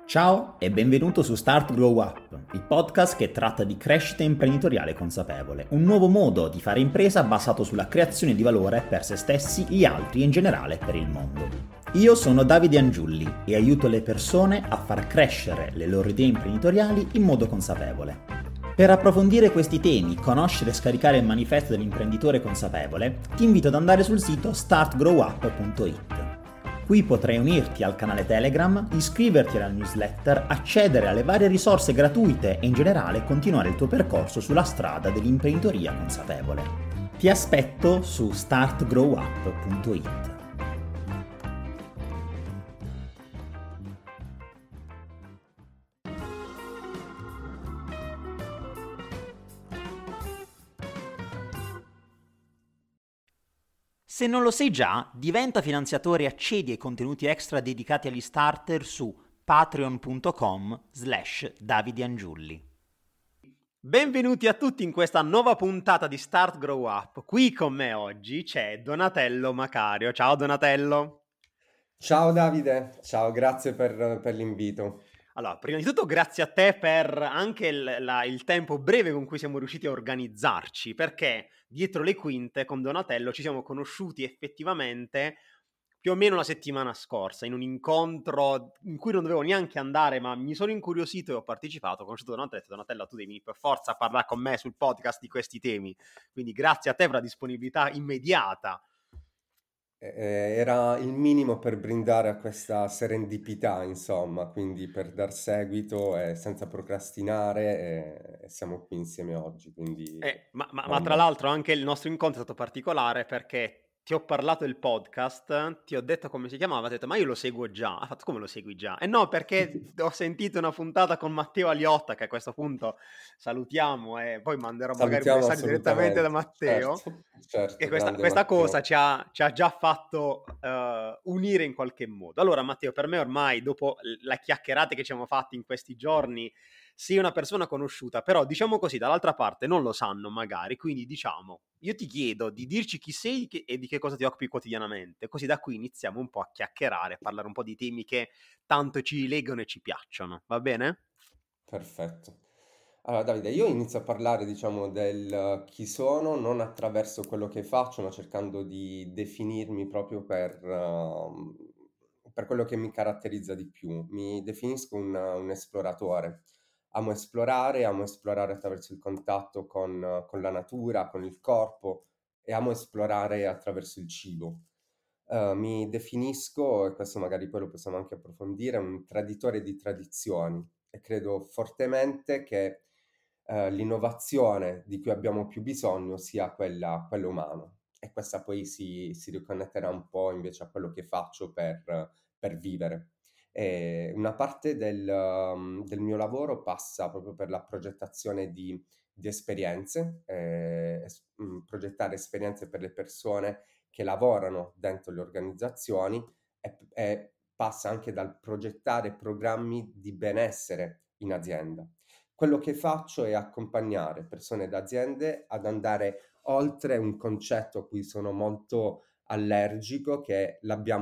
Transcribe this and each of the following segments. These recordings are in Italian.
Ciao e benvenuto su Start Grow Up, il podcast che tratta di crescita imprenditoriale consapevole, un nuovo modo di fare impresa basato sulla creazione di valore per se stessi, gli altri e in generale per il mondo. Io sono Davide Angiulli e aiuto le persone a far crescere le loro idee imprenditoriali in modo consapevole. Per approfondire questi temi, conoscere e scaricare il manifesto dell'imprenditore consapevole, ti invito ad andare sul sito startgrowup.it. Qui potrai unirti al canale Telegram, iscriverti alla newsletter, accedere alle varie risorse gratuite e in generale continuare il tuo percorso sulla strada dell'imprenditoria consapevole. Ti aspetto su startgrowup.it. Se non lo sei già, diventa finanziatore e accedi ai contenuti extra dedicati agli starter su patreon.com/davidiangiulli. Benvenuti a tutti in questa nuova puntata di Start Grow Up. Qui con me oggi c'è Donatello Macario. Ciao Donatello. Ciao Davide, ciao, grazie per l'invito. Allora, prima di tutto grazie a te per anche il tempo breve con cui siamo riusciti a organizzarci, perché dietro le quinte con Donatello ci siamo conosciuti effettivamente più o meno la settimana scorsa, in un incontro in cui non dovevo neanche andare, ma mi sono incuriosito e ho partecipato, ho conosciuto Donatello, ho detto, Donatello, tu devi per forza parlare con me sul podcast di questi temi, quindi grazie a te per la disponibilità immediata. Era il minimo per brindare a questa serendipità, insomma, quindi per dar seguito e senza procrastinare, e siamo qui insieme oggi, quindi Ma buon tra modo. l'altro anche il nostro incontro è stato particolare perché ti ho parlato del podcast, ti ho detto come si chiamava, ti ho detto ma io lo seguo già. Ha fatto come lo segui già? E no, perché ho sentito una puntata con Matteo Aliotta, che a questo punto salutiamo e poi manderò magari un Salutiamo messaggio direttamente da assolutamente, Matteo. certo, E certo, grande questa cosa Matteo. ci ha già fatto unire in qualche modo. Allora, Matteo, per me ormai, dopo la chiacchierata che ci siamo fatti in questi giorni, sei una persona conosciuta, però diciamo così, dall'altra parte non lo sanno magari, quindi diciamo, io ti chiedo di dirci chi sei e di che cosa ti occupi quotidianamente, così da qui iniziamo un po' a chiacchierare, a parlare un po' di temi che tanto ci legano e ci piacciono, va bene? Perfetto. Allora, Davide, io inizio a parlare, diciamo, del chi sono, non attraverso quello che faccio, ma cercando di definirmi proprio per quello che mi caratterizza di più. Mi definisco un esploratore. Amo esplorare attraverso il contatto con la natura, con il corpo e amo esplorare attraverso il cibo. Mi definisco, e questo magari poi lo possiamo anche approfondire, un traditore di tradizioni e credo fortemente che l'innovazione di cui abbiamo più bisogno sia quella umana. E questa poi si riconnetterà un po' invece a quello che faccio per vivere. E una parte del mio lavoro passa proprio per la progettazione di esperienze, progettare esperienze per le persone che lavorano dentro le organizzazioni e passa anche dal progettare programmi di benessere in azienda. Quello che faccio è accompagnare persone ed aziende ad andare oltre un concetto a cui sono molto allergico, che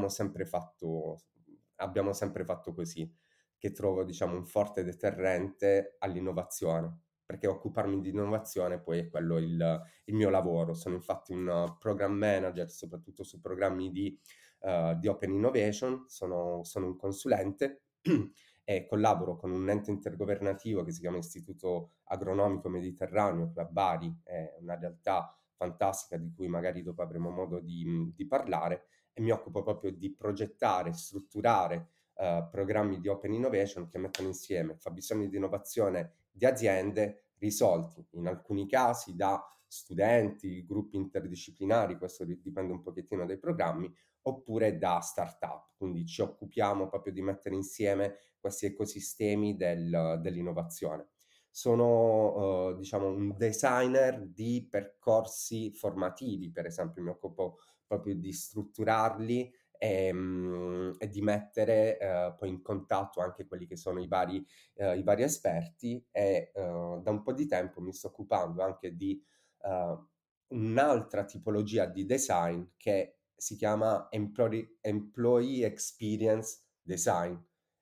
abbiamo sempre fatto così, che trovo, diciamo, un forte deterrente all'innovazione, perché occuparmi di innovazione poi è quello il mio lavoro. Sono infatti un program manager, soprattutto su programmi di Open Innovation, sono un consulente e collaboro con un ente intergovernativo che si chiama Istituto Agronomico Mediterraneo, che a Bari è una realtà fantastica di cui magari dopo avremo modo di parlare, e mi occupo proprio di progettare, strutturare programmi di Open Innovation che mettono insieme fabbisogni di innovazione di aziende risolti in alcuni casi da studenti, gruppi interdisciplinari, questo dipende un pochettino dai programmi, oppure da startup. Quindi ci occupiamo proprio di mettere insieme questi ecosistemi dell'innovazione. Sono, diciamo, un designer di percorsi formativi, per esempio, mi occupo proprio di strutturarli e di mettere poi in contatto anche quelli che sono i vari esperti e da un po' di tempo mi sto occupando anche di eh, un'altra tipologia di design che si chiama Employee Experience Design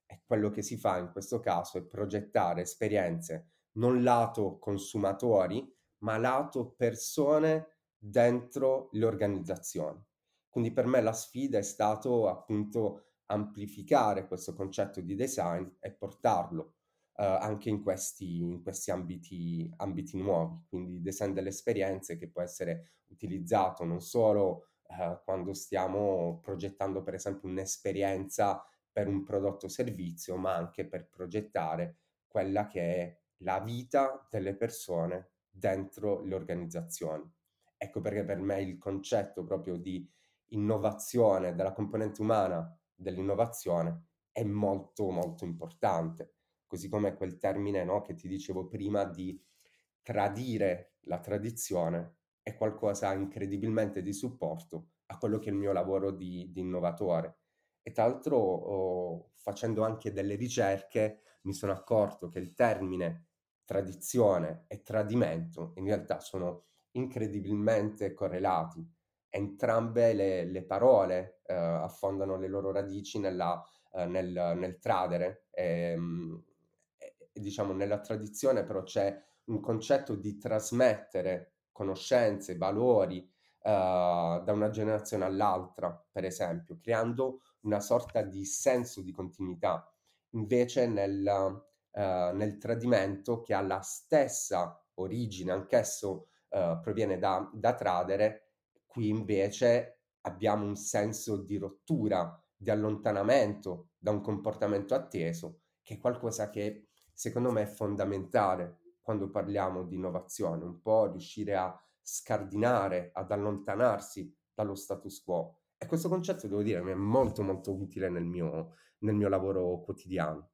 E quello che si fa in questo caso è progettare esperienze non lato consumatori, ma lato persone dentro le organizzazioni. Quindi per me la sfida è stato appunto amplificare questo concetto di design e portarlo anche in questi ambiti nuovi, quindi design delle esperienze che può essere utilizzato non solo quando stiamo progettando per esempio un'esperienza per un prodotto o servizio, ma anche per progettare quella che è la vita delle persone dentro le organizzazioni. Ecco perché per me il concetto proprio di innovazione, della componente umana dell'innovazione è molto molto importante, così come quel termine, no, che ti dicevo prima di tradire la tradizione è qualcosa incredibilmente di supporto a quello che è il mio lavoro di innovatore. E tra l'altro, facendo anche delle ricerche, mi sono accorto che il termine tradizione e tradimento in realtà sono incredibilmente correlati. Entrambe le parole affondano le loro radici nel tradere. Diciamo, nella tradizione però c'è un concetto di trasmettere conoscenze, valori da una generazione all'altra, per esempio, creando una sorta di senso di continuità. Invece nel tradimento, che ha la stessa origine, anch'esso proviene da tradere, qui invece abbiamo un senso di rottura, di allontanamento da un comportamento atteso, che è qualcosa che secondo me è fondamentale quando parliamo di innovazione, un po' riuscire a scardinare, ad allontanarsi dallo status quo. E questo concetto, devo dire, mi è molto molto utile nel mio lavoro quotidiano.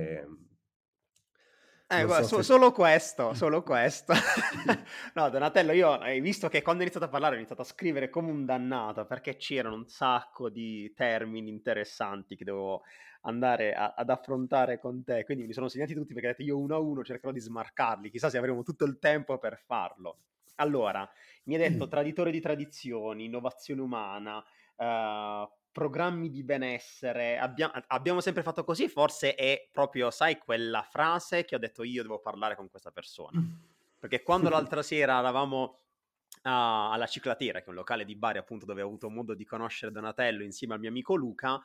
Non Guarda, so se... solo questo, solo questo. No, Donatello, io hai visto che quando ho iniziato a parlare ho iniziato a scrivere come un dannato perché c'erano un sacco di termini interessanti che dovevo andare ad affrontare con te, quindi me li sono segnati tutti perché ho detto io uno a uno cercherò di smarcarli, chissà se avremo tutto il tempo per farlo. Allora, mi hai detto traditore di tradizioni, innovazione umana, programmi di benessere, abbiamo sempre fatto così, forse è proprio, sai, quella frase che ho detto io devo parlare con questa persona. Perché quando l'altra sera eravamo alla Ciclatiera, che è un locale di Bari appunto dove ho avuto modo di conoscere Donatello insieme al mio amico Luca,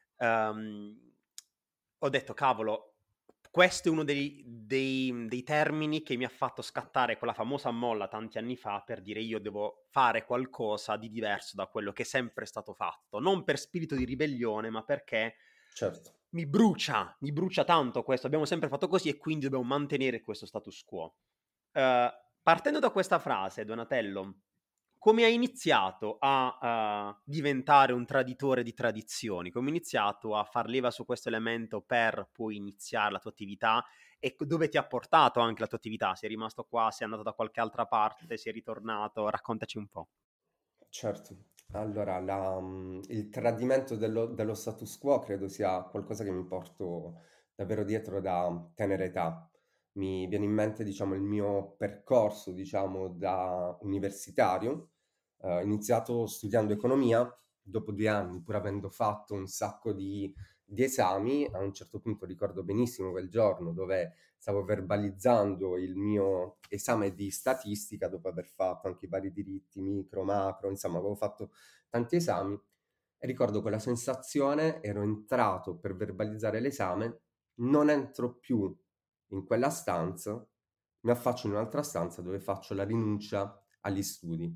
ho detto, cavolo, questo è uno dei termini che mi ha fatto scattare quella famosa molla tanti anni fa per dire io devo fare qualcosa di diverso da quello che è sempre stato fatto, non per spirito di ribellione, ma perché Certo. mi brucia tanto questo, abbiamo sempre fatto così e quindi dobbiamo mantenere questo status quo. Partendo da questa frase, Donatello, come hai iniziato a diventare un traditore di tradizioni? Come hai iniziato a far leva su questo elemento per poi iniziare la tua attività? E dove ti ha portato anche la tua attività? Sei rimasto qua, sei andato da qualche altra parte, sei ritornato? Raccontaci un po'. Certo. Allora, il tradimento dello status quo credo sia qualcosa che mi porto davvero dietro da tenera età. Mi viene in mente, diciamo, il mio percorso, diciamo, da universitario, iniziato studiando economia, dopo 2 anni, pur avendo fatto un sacco di esami, a un certo punto ricordo benissimo quel giorno dove stavo verbalizzando il mio esame di statistica dopo aver fatto anche i vari diritti, micro, macro, insomma, avevo fatto tanti esami e ricordo quella sensazione, ero entrato per verbalizzare l'esame, non entro più in quella stanza, mi affaccio in un'altra stanza dove faccio la rinuncia agli studi.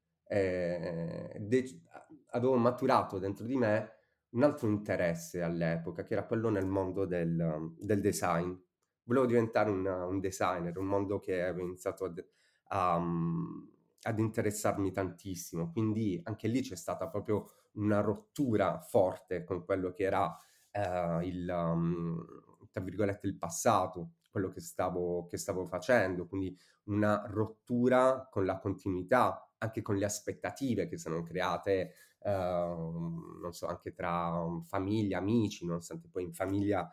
Avevo maturato dentro di me un altro interesse all'epoca, che era quello nel mondo del design. Volevo diventare un designer, un mondo che avevo iniziato a, ad interessarmi tantissimo, quindi anche lì c'è stata proprio una rottura forte con quello che era tra virgolette, il passato, quello che stavo facendo, quindi una rottura con la continuità, anche con le aspettative che sono create, non so, anche tra famiglia, amici, nonostante poi in famiglia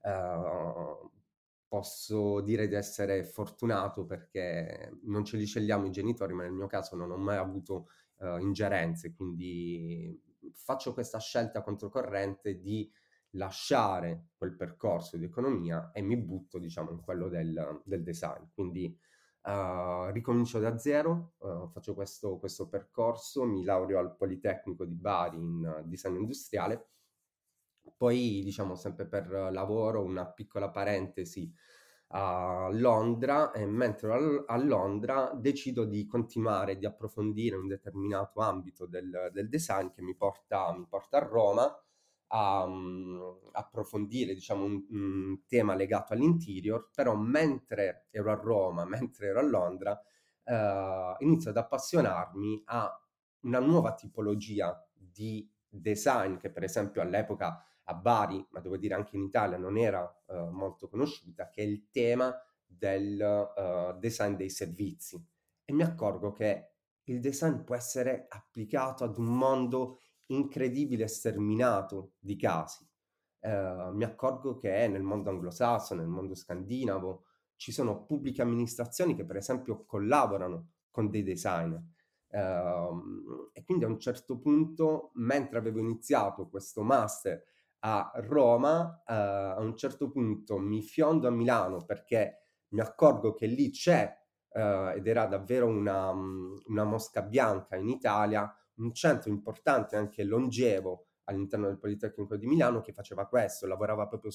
posso dire di essere fortunato perché non ce li scegliamo i genitori, ma nel mio caso non ho mai avuto ingerenze, quindi faccio questa scelta controcorrente di lasciare quel percorso di economia e mi butto, diciamo, in quello del design. Quindi ricomincio da zero, faccio questo percorso, mi laureo al Politecnico di Bari in design industriale. Poi, diciamo, sempre per lavoro, una piccola parentesi a Londra, e mentre a Londra decido di continuare, di approfondire un determinato ambito del design che mi porta a Roma a approfondire, diciamo, un tema legato all'interior. Però mentre ero a Roma, mentre ero a Londra, inizio ad appassionarmi a una nuova tipologia di design che per esempio all'epoca a Bari, ma devo dire anche in Italia, non era molto conosciuta, che è il tema del design dei servizi. E mi accorgo che il design può essere applicato ad un mondo incredibile e sterminato di casi. Mi accorgo che nel mondo anglosassone, nel mondo scandinavo, ci sono pubbliche amministrazioni che per esempio collaborano con dei designer. E quindi a un certo punto, mentre avevo iniziato questo master a Roma, a un certo punto mi fiondo a Milano perché mi accorgo che lì c'è, ed era davvero una mosca bianca in Italia, un centro importante, anche longevo, all'interno del Politecnico di Milano, che faceva questo, lavorava proprio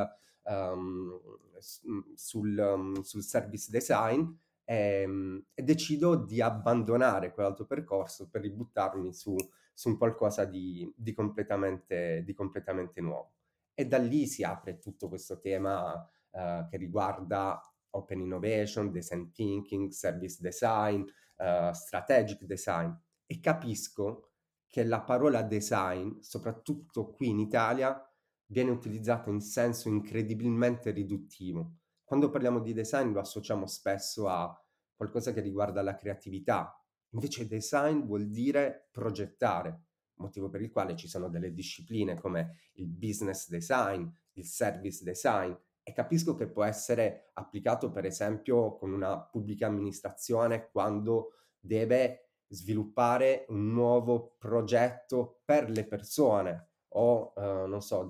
sul service design, e decido di abbandonare quell'altro percorso per ributtarmi su un qualcosa di completamente nuovo. E da lì si apre tutto questo tema che riguarda open innovation, design thinking, service design, strategic design, e capisco che la parola design, soprattutto qui in Italia, viene utilizzata in senso incredibilmente riduttivo. Quando parliamo di design lo associamo spesso a qualcosa che riguarda la creatività. Invece design vuol dire progettare, motivo per il quale ci sono delle discipline come il business design, il service design, e capisco che può essere applicato per esempio con una pubblica amministrazione quando deve sviluppare un nuovo progetto per le persone, o non so,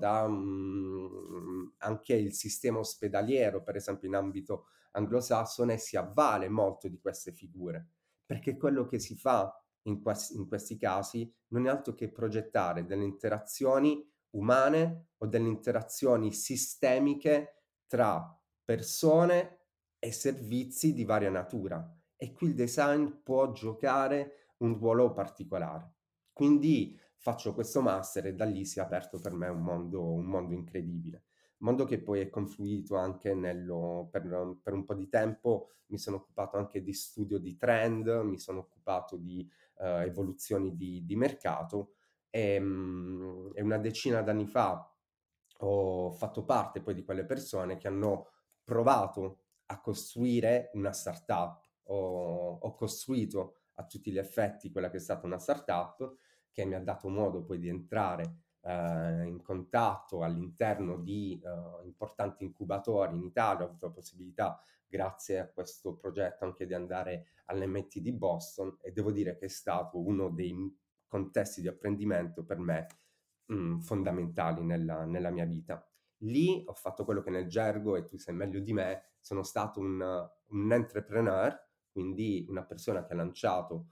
anche il sistema ospedaliero, per esempio in ambito anglosassone, si avvale molto di queste figure, perché quello che si fa in questi casi non è altro che progettare delle interazioni umane o delle interazioni sistemiche tra persone e servizi di varia natura. E qui il design può giocare un ruolo particolare. Quindi faccio questo master e da lì si è aperto per me un mondo incredibile. Mondo che poi è confluito anche per un po' di tempo. Mi sono occupato anche di studio di trend, mi sono occupato di evoluzioni di mercato, e una decina d'anni fa ho fatto parte poi di quelle persone che hanno provato a costruire una startup. Ho costruito a tutti gli effetti quella che è stata una startup, che mi ha dato modo poi di entrare in contatto all'interno di importanti incubatori in Italia. Ho avuto la possibilità, grazie a questo progetto, anche di andare all'MIT di Boston, e devo dire che è stato uno dei contesti di apprendimento per me fondamentali nella mia vita. Lì ho fatto quello che nel gergo, e tu sai meglio di me, sono stato un entrepreneur, quindi una persona che ha lanciato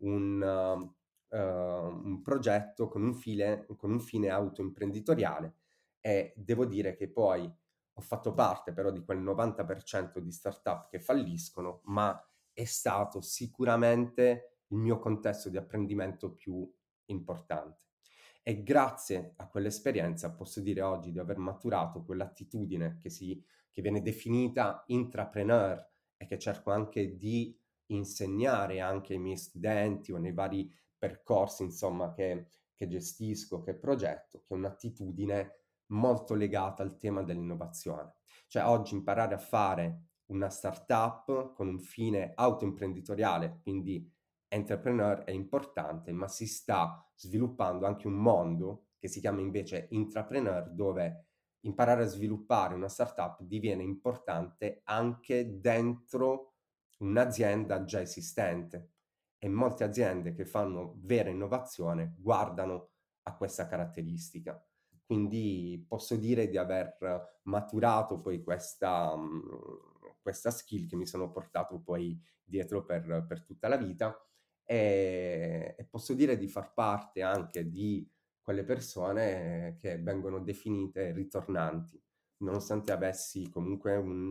un progetto con un fine autoimprenditoriale. E devo dire che poi ho fatto parte però di quel 90% di startup che falliscono, ma è stato sicuramente il mio contesto di apprendimento più importante. E grazie a quell'esperienza posso dire oggi di aver maturato quell'attitudine che viene definita intrapreneur, e che cerco anche di insegnare anche ai miei studenti o nei vari percorsi, insomma, che gestisco, che progetto, che è un'attitudine molto legata al tema dell'innovazione. Cioè oggi imparare a fare una startup con un fine autoimprenditoriale, quindi entrepreneur, è importante, ma si sta sviluppando anche un mondo che si chiama invece intrapreneur, dove imparare a sviluppare una startup diviene importante anche dentro un'azienda già esistente, e molte aziende che fanno vera innovazione guardano a questa caratteristica. Quindi posso dire di aver maturato poi questa skill che mi sono portato poi dietro per tutta la vita, e posso dire di far parte anche di quelle persone che vengono definite ritornanti, nonostante avessi comunque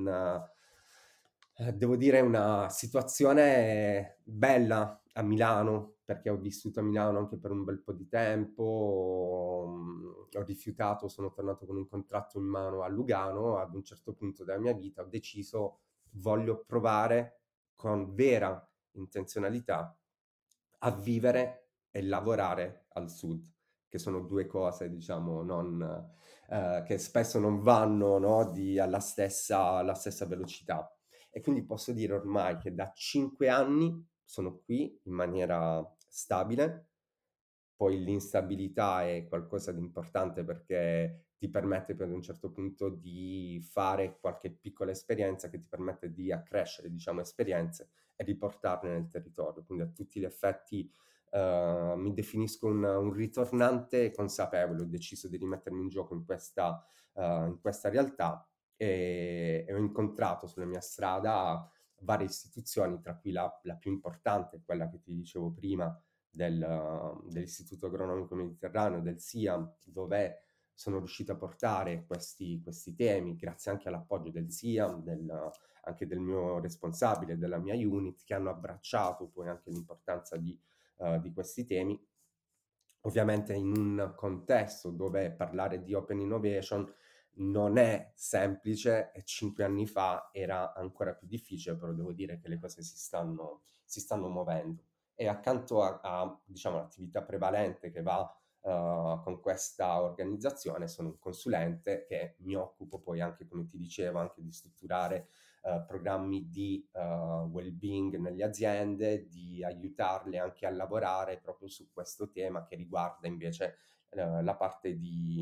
devo dire una situazione bella a Milano, perché ho vissuto a Milano anche per un bel po' di tempo, ho rifiutato, sono tornato con un contratto in mano a Lugano. Ad un certo punto della mia vita ho deciso: voglio provare con vera intenzionalità a vivere e lavorare al sud, che sono due cose, diciamo, non, che spesso non vanno, no, alla stessa velocità. E quindi posso dire ormai che da 5 anni sono qui in maniera stabile. Poi l'instabilità è qualcosa di importante perché ti permette per un certo punto di fare qualche piccola esperienza che ti permette di accrescere, diciamo, esperienze e riportarle nel territorio. Quindi a tutti gli effetti mi definisco un ritornante consapevole. Ho deciso di rimettermi in gioco in questa realtà, e ho incontrato sulla mia strada varie istituzioni, tra cui la più importante, quella che ti dicevo prima, dell'Istituto Agronomico Mediterraneo, del SIAM, dove sono riuscito a portare questi temi, grazie anche all'appoggio del SIAM, anche del mio responsabile, della mia unit, che hanno abbracciato poi anche l'importanza di questi temi. Ovviamente in un contesto dove parlare di open innovation non è semplice, e 5 anni fa era ancora più difficile, però devo dire che le cose si stanno muovendo. E accanto diciamo, l'attività prevalente che va con questa organizzazione, sono un consulente che mi occupo poi anche, come ti dicevo, anche di strutturare programmi di well-being nelle aziende, di aiutarle anche a lavorare proprio su questo tema che riguarda invece la parte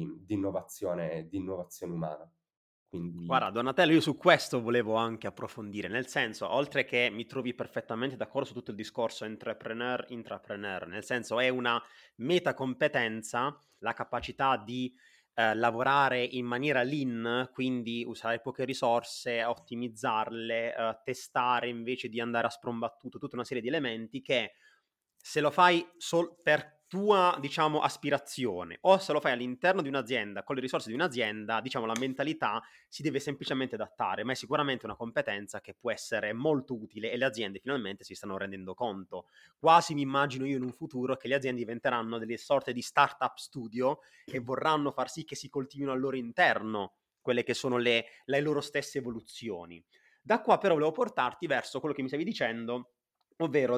di innovazione umana. Quindi Guarda, Donatello, io su questo volevo anche approfondire, nel senso, oltre che mi trovi perfettamente d'accordo su tutto il discorso intrapreneur, nel senso è una metacompetenza, la capacità di lavorare in maniera lean, quindi usare poche risorse, ottimizzarle, testare invece di andare a sprombattuto, tutta una serie di elementi che se lo fai per tua, diciamo, aspirazione o se lo fai all'interno di un'azienda, con le risorse di un'azienda, diciamo, la mentalità si deve semplicemente adattare, ma è sicuramente una competenza che può essere molto utile e le aziende finalmente si stanno rendendo conto. Quasi mi immagino io in un futuro che le aziende diventeranno delle sorte di startup studio e vorranno far sì che si coltivino al loro interno quelle che sono le loro stesse evoluzioni. Da qua però volevo portarti verso quello che mi stavi dicendo, ovvero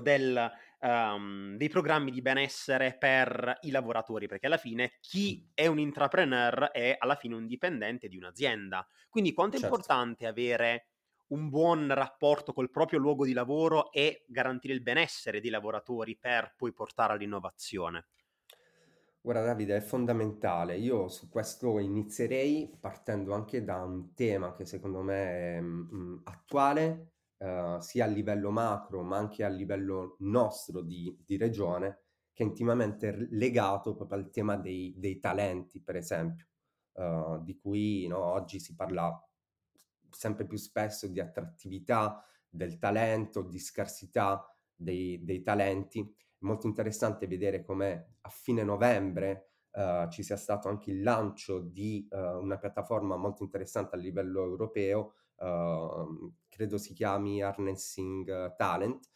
dei programmi di benessere per i lavoratori, perché alla fine chi è un intrapreneur è alla fine un dipendente di un'azienda. Quindi quanto è certo. importante avere un buon rapporto col proprio luogo di lavoro e garantire il benessere dei lavoratori per poi portare all'innovazione. Guarda Davide, è fondamentale. Io su questo inizierei partendo anche da un tema che secondo me è attuale, sia a livello macro, ma anche a livello nostro di regione, che è intimamente legato proprio al tema dei talenti, per esempio, di cui, no, oggi si parla sempre più spesso di attrattività del talento, di scarsità dei talenti. È molto interessante vedere come a fine novembre ci sia stato anche il lancio di una piattaforma molto interessante a livello europeo, credo si chiami Harnessing Talent,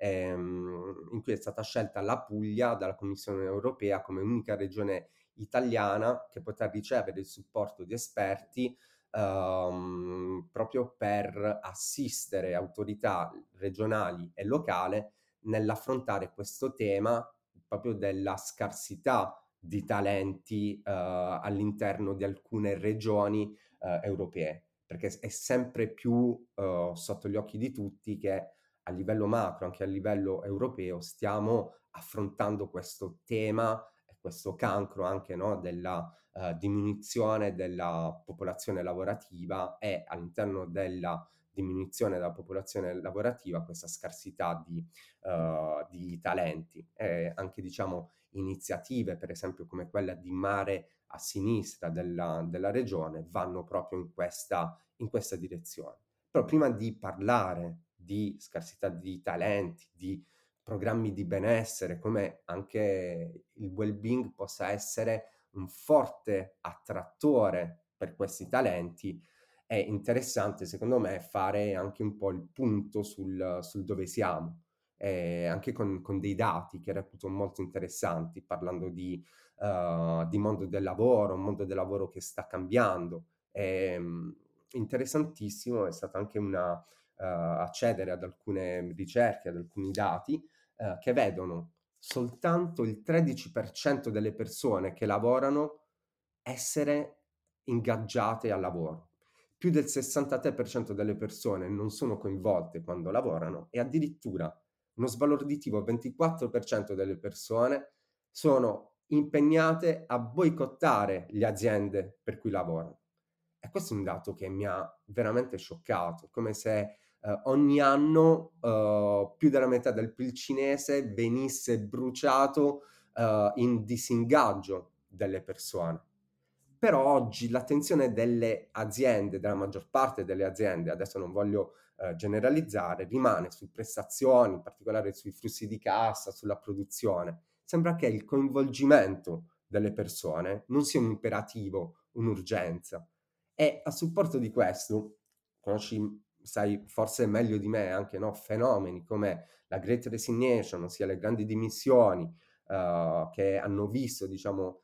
in cui è stata scelta la Puglia dalla Commissione europea come unica regione italiana che potrà ricevere il supporto di esperti proprio per assistere autorità regionali e locali nell'affrontare questo tema proprio della scarsità di talenti all'interno di alcune regioni europee, perché è sempre più sotto gli occhi di tutti che a livello macro, anche a livello europeo, stiamo affrontando questo tema e questo cancro anche, no, della diminuzione della popolazione lavorativa, e all'interno della diminuzione della popolazione lavorativa questa scarsità di talenti, e anche diciamo iniziative per esempio come quella di Mare a sinistra della regione vanno proprio in questa direzione. Però prima di parlare di scarsità di talenti, di programmi di benessere, come anche il well-being possa essere un forte attrattore per questi talenti, è interessante secondo me fare anche un po' il punto sul dove siamo, anche con dei dati che reputo molto interessanti, parlando di mondo del lavoro, un mondo del lavoro che sta cambiando. Interessantissimo è stato anche accedere ad alcune ricerche, ad alcuni dati che vedono soltanto il 13% delle persone che lavorano essere ingaggiate al lavoro. Più del 63% delle persone non sono coinvolte quando lavorano e addirittura uno sbalorditivo 24% delle persone sono impegnate a boicottare le aziende per cui lavorano. E questo è un dato che mi ha veramente scioccato, come se ogni anno più della metà del PIL cinese venisse bruciato in disingaggio delle persone. Però oggi l'attenzione delle aziende, della maggior parte delle aziende, adesso non voglio generalizzare, rimane su prestazioni, in particolare sui flussi di cassa, sulla produzione. Sembra che il coinvolgimento delle persone non sia un imperativo, un'urgenza. E a supporto di questo, sai forse meglio di me anche fenomeni come la Great Resignation, ossia le grandi dimissioni, che hanno visto, diciamo,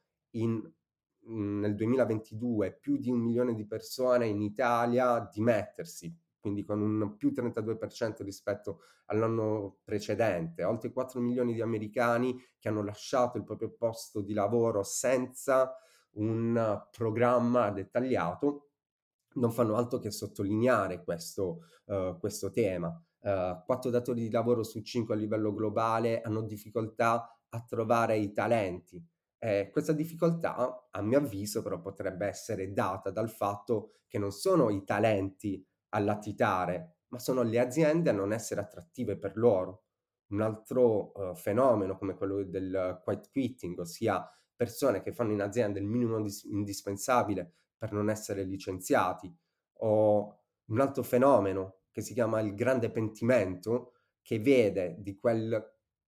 nel 2022 più di 1 milione di persone in Italia dimettersi, quindi con un più 32% rispetto all'anno precedente, oltre 4 milioni di americani che hanno lasciato il proprio posto di lavoro senza un programma dettagliato, non fanno altro che sottolineare questo tema. 4 datori di lavoro su 5 a livello globale hanno difficoltà a trovare i talenti. Questa difficoltà, a mio avviso, però potrebbe essere data dal fatto che non sono i talenti a latitare, ma sono le aziende a non essere attrattive per loro. Un altro fenomeno come quello del quiet quitting, ossia persone che fanno in azienda il minimo indispensabile per non essere licenziati, o un altro fenomeno che si chiama il grande pentimento, che vede di quel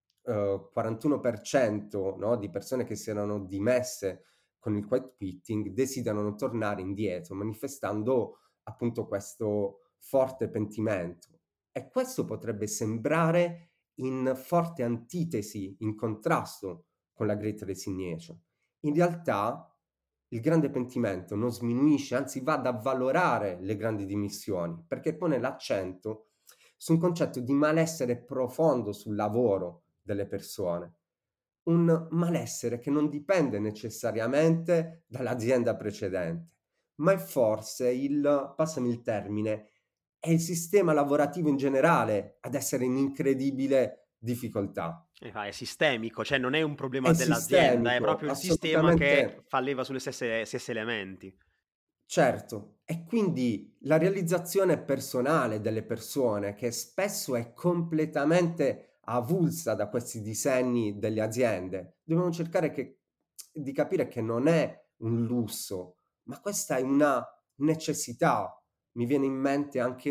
41% di persone che si erano dimesse con il quiet quitting desiderano tornare indietro, manifestando appunto questo forte pentimento. E questo potrebbe sembrare in forte antitesi, in contrasto con la Great Resignation. In realtà il grande pentimento non sminuisce, anzi va ad avvalorare le grandi dimissioni, perché pone l'accento su un concetto di malessere profondo sul lavoro delle persone, un malessere che non dipende necessariamente dall'azienda precedente, ma è forse passami il termine, è il sistema lavorativo in generale ad essere in incredibile difficoltà. È sistemico, cioè non è un problema È dell'azienda, è sistemico, proprio il sistema che assolutamente. fa leva sulle stessi elementi. Certo, e quindi la realizzazione personale delle persone, che spesso è completamente avulsa da questi disegni delle aziende, dobbiamo cercare di capire che non è un lusso, ma questa è una necessità. Mi viene in mente anche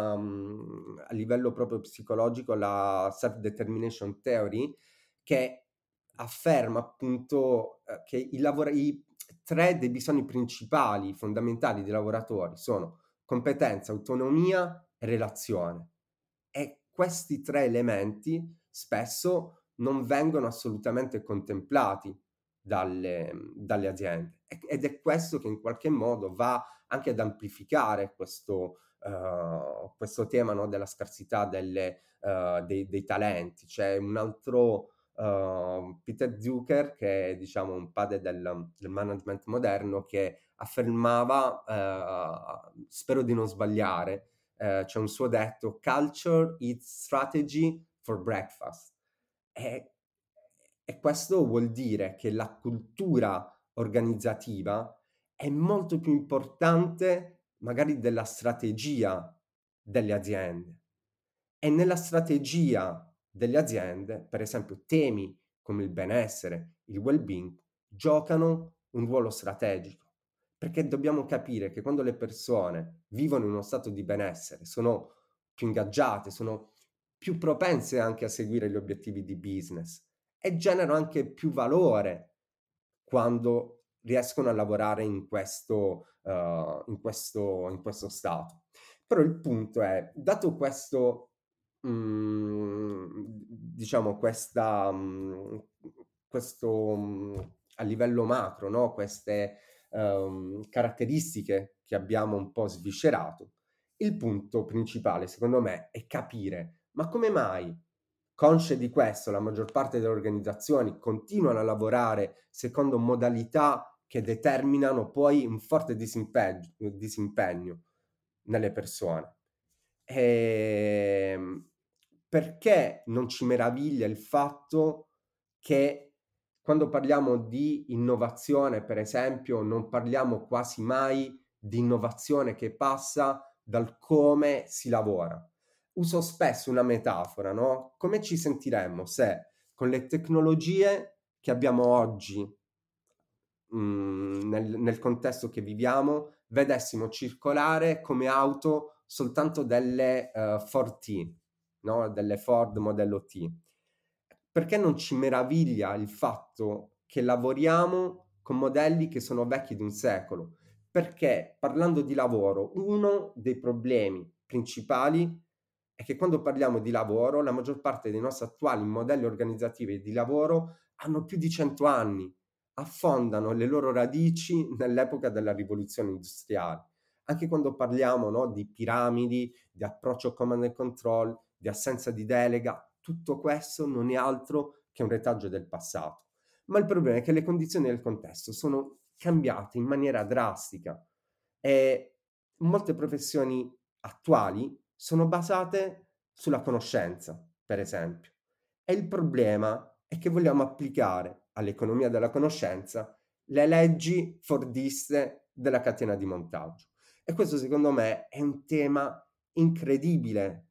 a livello proprio psicologico la self-determination theory, che afferma appunto che i 3 dei bisogni principali, fondamentali dei lavoratori sono competenza, autonomia e relazione. E questi 3 elementi spesso non vengono assolutamente contemplati dalle aziende. Ed è questo che in qualche modo va anche ad amplificare questo tema della scarsità dei talenti. C'è un altro Peter Drucker, che è diciamo un padre del management moderno, che affermava, spero di non sbagliare, c'è un suo detto: culture eats strategy for breakfast. E, e questo vuol dire che la cultura organizzativa è molto più importante magari della strategia delle aziende. E nella strategia delle aziende, per esempio, temi come il benessere, il well-being, giocano un ruolo strategico, perché dobbiamo capire che quando le persone vivono in uno stato di benessere, sono più ingaggiate, sono più propense anche a seguire gli obiettivi di business e generano anche più valore quando riescono a lavorare in questo stato. Però il punto è, dato questo, diciamo, a livello macro, no? Queste caratteristiche che abbiamo un po' sviscerato, il punto principale, secondo me, è capire, ma come mai, consce di questo, la maggior parte delle organizzazioni continuano a lavorare secondo modalità che determinano poi un forte disimpegno nelle persone? Perché non ci meraviglia il fatto che quando parliamo di innovazione, per esempio, non parliamo quasi mai di innovazione che passa dal come si lavora. Uso spesso una metafora, no? Come ci sentiremmo se con le tecnologie che abbiamo oggi, nel contesto che viviamo, vedessimo circolare come auto soltanto delle Ford T, no? Delle Ford modello T. Perché non ci meraviglia il fatto che lavoriamo con modelli che sono vecchi di un secolo? Perché parlando di lavoro, uno dei problemi principali è che quando parliamo di lavoro, la maggior parte dei nostri attuali modelli organizzativi di lavoro hanno più di 100 anni, affondano le loro radici nell'epoca della rivoluzione industriale. Anche quando parliamo, no, di piramidi, di approccio command and control, di assenza di delega, tutto questo non è altro che un retaggio del passato. Ma il problema è che le condizioni del contesto sono cambiate in maniera drastica e molte professioni attuali sono basate sulla conoscenza, per esempio. E il problema è che vogliamo applicare all'economia della conoscenza le leggi fordiste della catena di montaggio. E questo secondo me è un tema incredibile,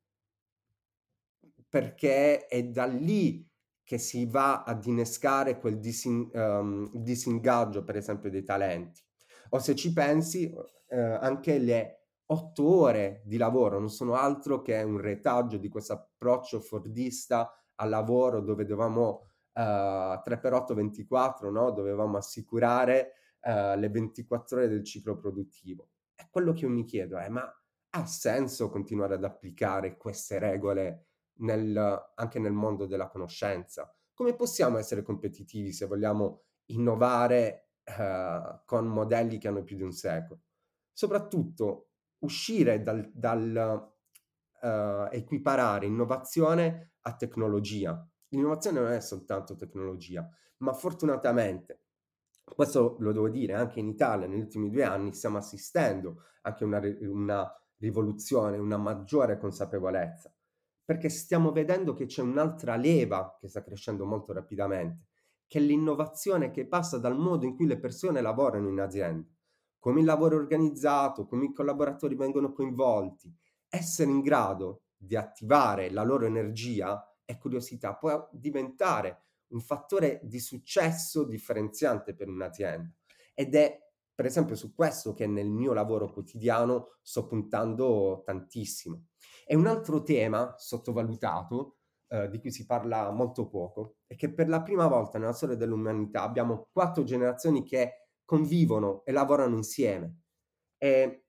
perché è da lì che si va ad innescare quel disingaggio, per esempio, dei talenti. O se ci pensi, anche le 8 ore di lavoro non sono altro che un retaggio di questo approccio fordista al lavoro, dove dovevamo 3x8 24, no? Dovevamo assicurare le 24 ore del ciclo produttivo. E quello che io mi chiedo è, ma ha senso continuare ad applicare queste regole anche nel mondo della conoscenza? Come possiamo essere competitivi se vogliamo innovare con modelli che hanno più di un secolo? Soprattutto uscire dal equiparare innovazione a tecnologia. L'innovazione non è soltanto tecnologia, ma fortunatamente, questo lo devo dire, anche in Italia negli ultimi 2 anni stiamo assistendo anche a una rivoluzione, una maggiore consapevolezza, perché stiamo vedendo che c'è un'altra leva che sta crescendo molto rapidamente, che è l'innovazione che passa dal modo in cui le persone lavorano in azienda, come il lavoro è organizzato, come i collaboratori vengono coinvolti. Essere in grado di attivare la loro energia e curiosità può diventare un fattore di successo differenziante per un'azienda. Ed è per esempio su questo che nel mio lavoro quotidiano sto puntando tantissimo. E un altro tema sottovalutato, di cui si parla molto poco, è che per la prima volta nella storia dell'umanità abbiamo 4 generazioni che convivono e lavorano insieme. E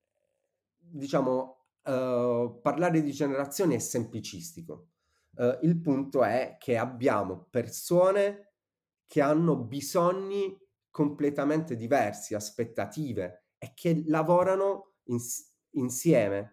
diciamo, parlare di generazioni è semplicistico. Il punto è che abbiamo persone che hanno bisogni completamente diversi, aspettative, e che lavorano insieme.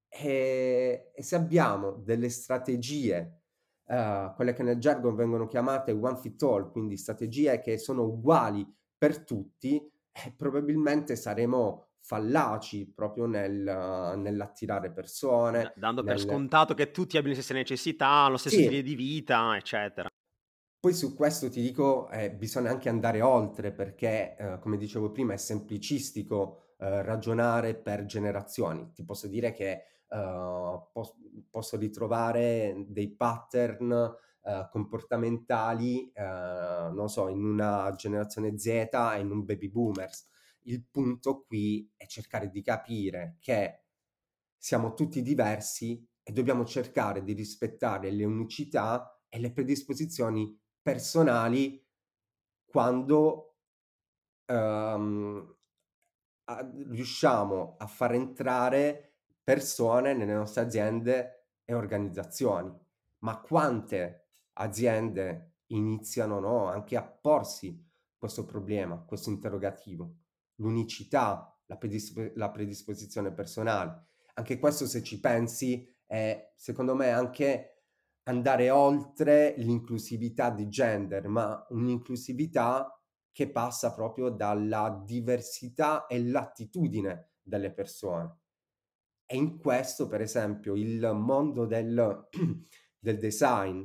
E se abbiamo delle strategie, quelle che nel jargon vengono chiamate one fit all, quindi strategie che sono uguali per tutti, probabilmente saremo fallaci proprio nell'attirare persone, Dando per nel... scontato che tutti abbiano le stesse necessità, lo stesso Sì, stile di vita, eccetera. poi su questo ti dico, bisogna anche andare oltre perché, come dicevo prima, è semplicistico ragionare per generazioni. Ti posso dire che posso ritrovare dei pattern comportamentali, non so, in una generazione Z e in un baby boomers. Il punto qui è cercare di capire che siamo tutti diversi e dobbiamo cercare di rispettare le unicità e le predisposizioni personali quando riusciamo a far entrare persone nelle nostre aziende e organizzazioni. Ma quante aziende iniziano, no, anche a porsi questo problema, questo interrogativo? L'unicità, la predisposizione personale. Anche questo, se ci pensi, è secondo me anche andare oltre l'inclusività di gender, ma un'inclusività che passa proprio dalla diversità e l'attitudine delle persone. E in questo, per esempio, il mondo del design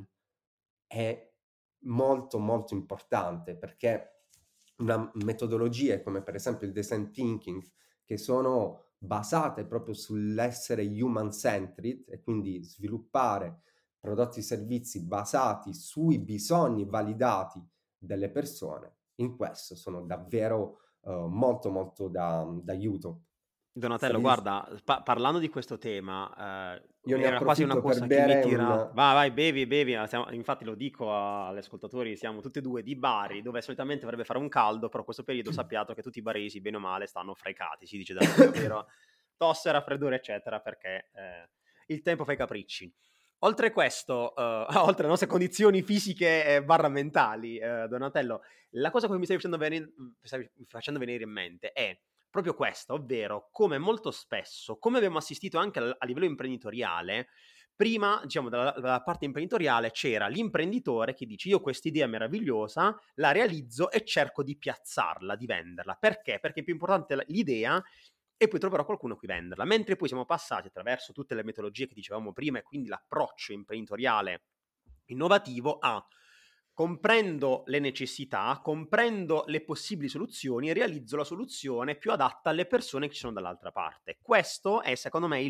è molto molto importante, perché una metodologie come per esempio il design thinking, che sono basate proprio sull'essere human centered e quindi sviluppare prodotti e servizi basati sui bisogni validati delle persone, in questo sono davvero molto molto d'aiuto. Donatello, Stavi dic- guarda, parlando di questo tema, Io ne era quasi una approfitto per cosa che mi bere tirava. un... Vai, vai, bevi, bevi. Infatti lo dico agli ascoltatori, siamo tutti e due di Bari, dove solitamente dovrebbe fare un caldo, però questo periodo sappiate che tutti i baresi, bene o male, stanno frecati, si dice da noi, ovvero tosse, raffreddore, eccetera, perché il tempo fa i capricci. Oltre questo, oltre alle nostre condizioni fisiche barra mentali, Donatello, la cosa che mi stavi facendo venire in mente è proprio questo, ovvero come molto spesso, come abbiamo assistito anche a livello imprenditoriale, prima, diciamo, dalla parte imprenditoriale c'era l'imprenditore che dice io quest'idea meravigliosa la realizzo e cerco di piazzarla, di venderla. Perché? Perché è più importante l'idea e poi troverò qualcuno a cui venderla. Mentre poi siamo passati attraverso tutte le metodologie che dicevamo prima e quindi l'approccio imprenditoriale innovativo a comprendo le necessità, comprendo le possibili soluzioni e realizzo la soluzione più adatta alle persone che ci sono dall'altra parte. Questo è secondo me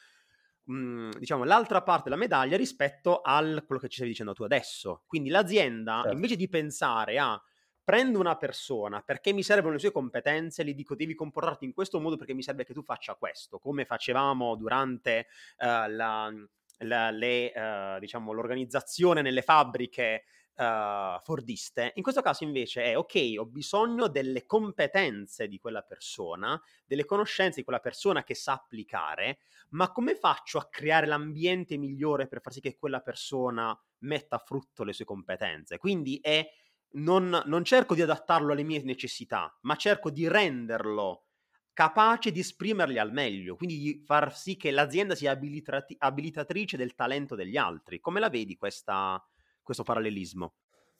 diciamo, l'altra parte della medaglia rispetto a quello che ci stavi dicendo tu adesso. Quindi l'azienda, Certo. invece di pensare a prendo una persona perché mi servono le sue competenze, gli dico devi comportarti in questo modo perché mi serve che tu faccia questo, come facevamo durante diciamo, l'organizzazione nelle fabbriche fordiste. In questo caso invece è ok, ho bisogno delle competenze di quella persona, delle conoscenze di quella persona che sa applicare, ma come faccio a creare l'ambiente migliore per far sì che quella persona metta a frutto le sue competenze? Quindi non cerco di adattarlo alle mie necessità, ma cerco di renderlo capace di esprimerli al meglio, quindi di far sì che l'azienda sia abilitatrice del talento degli altri. Come la vedi questo parallelismo?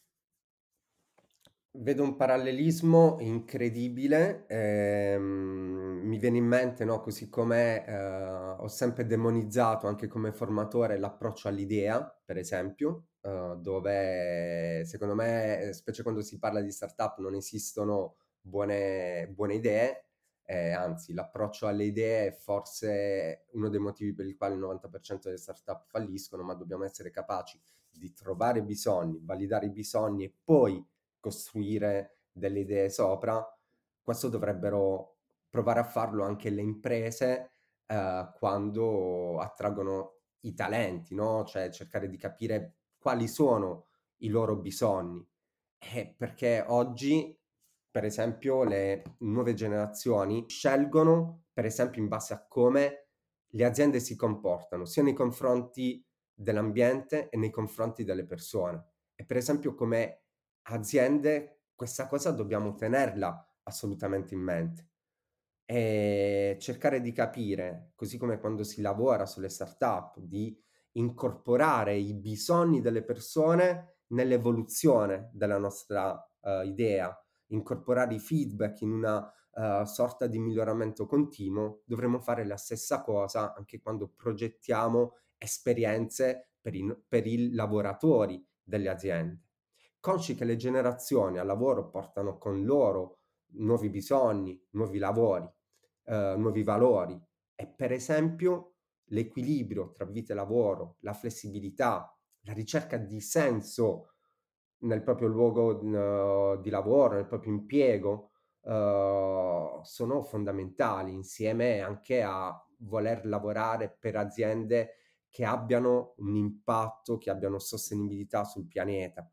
Vedo un parallelismo incredibile, mi viene in mente, no, così come ho sempre demonizzato anche come formatore l'approccio all'idea, per esempio, dove secondo me, specie quando si parla di startup, non esistono buone idee, anzi l'approccio alle idee è forse uno dei motivi per il quale il 90% delle startup falliscono, ma dobbiamo essere capaci di trovare bisogni, validare i bisogni e poi costruire delle idee sopra. Questo dovrebbero provare a farlo anche le imprese quando attraggono i talenti, no? Cioè cercare di capire quali sono i loro bisogni. Perché oggi, per esempio, le nuove generazioni scelgono, per esempio, in base a come le aziende si comportano, sia nei confronti dell'ambiente e nei confronti delle persone. E per esempio, come aziende, questa cosa dobbiamo tenerla assolutamente in mente e cercare di capire, così come quando si lavora sulle startup, di incorporare i bisogni delle persone nell'evoluzione della nostra idea, incorporare i feedback in una sorta di miglioramento continuo. Dovremmo fare la stessa cosa anche quando progettiamo esperienze per i lavoratori delle aziende, consci che le generazioni al lavoro portano con loro nuovi bisogni, nuovi lavori, nuovi valori e per esempio l'equilibrio tra vita e lavoro, la flessibilità, la ricerca di senso nel proprio luogo di lavoro, nel proprio impiego, sono fondamentali, insieme anche a voler lavorare per aziende che abbiano un impatto, che abbiano sostenibilità sul pianeta.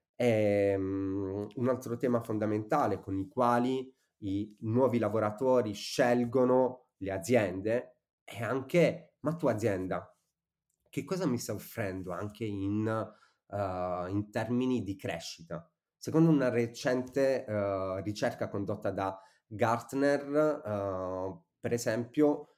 Un altro tema fondamentale con i quali i nuovi lavoratori scelgono le aziende è anche: ma tua azienda che cosa mi sta offrendo anche in termini di crescita? Secondo una recente ricerca condotta da Gartner, per esempio,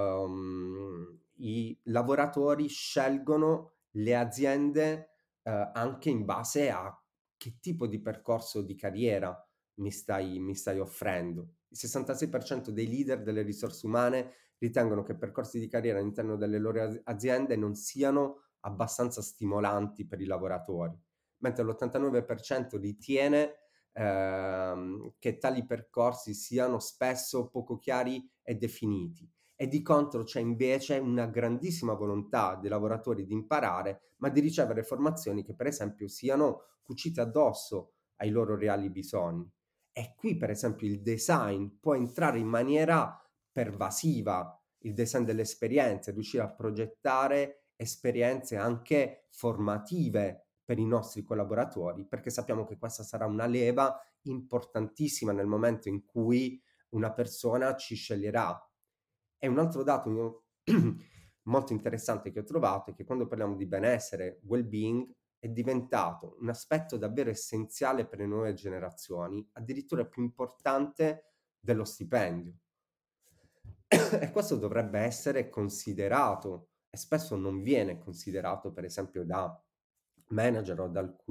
i lavoratori scelgono le aziende anche in base a che tipo di percorso di carriera mi stai offrendo. Il 66% dei leader delle risorse umane ritengono che percorsi di carriera all'interno delle loro aziende non siano abbastanza stimolanti per i lavoratori, mentre l'89% ritiene che tali percorsi siano spesso poco chiari e definiti. E di contro c'è invece una grandissima volontà dei lavoratori di imparare, ma di ricevere formazioni che per esempio siano cucite addosso ai loro reali bisogni. E qui per esempio il design può entrare in maniera pervasiva, il design delle esperienze, riuscire a progettare esperienze anche formative per i nostri collaboratori, perché sappiamo che questa sarà una leva importantissima nel momento in cui una persona ci sceglierà. E un altro dato molto interessante che ho trovato è che quando parliamo di benessere, well-being, è diventato un aspetto davvero essenziale per le nuove generazioni, addirittura più importante dello stipendio. E questo dovrebbe essere considerato, e spesso non viene considerato, per esempio, da manager o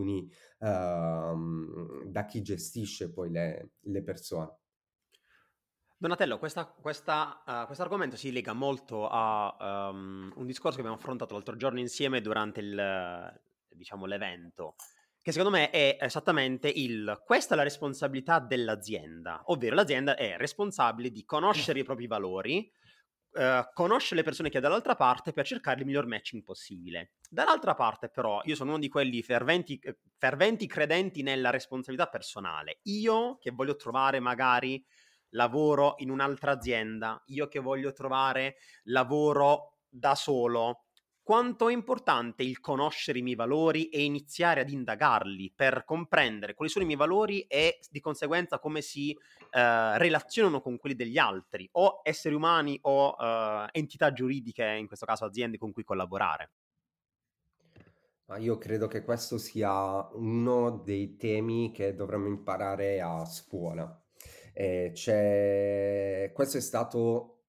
da chi gestisce poi le persone. Donatello, questo argomento si lega molto a un discorso che abbiamo affrontato l'altro giorno insieme durante diciamo, l'evento, che secondo me è esattamente questa è la responsabilità dell'azienda, ovvero l'azienda è responsabile di conoscere i propri valori, conoscere le persone che ha dall'altra parte per cercare il miglior matching possibile. Dall'altra parte però io sono uno di quelli ferventi credenti nella responsabilità personale. Io che voglio trovare magari lavoro in un'altra azienda, io che voglio trovare lavoro da solo, quanto è importante il conoscere i miei valori e iniziare ad indagarli per comprendere quali sono i miei valori e di conseguenza come si relazionano con quelli degli altri, o esseri umani o entità giuridiche, in questo caso aziende con cui collaborare. Ma io credo che questo sia uno dei temi che dovremmo imparare a scuola. Questo è stato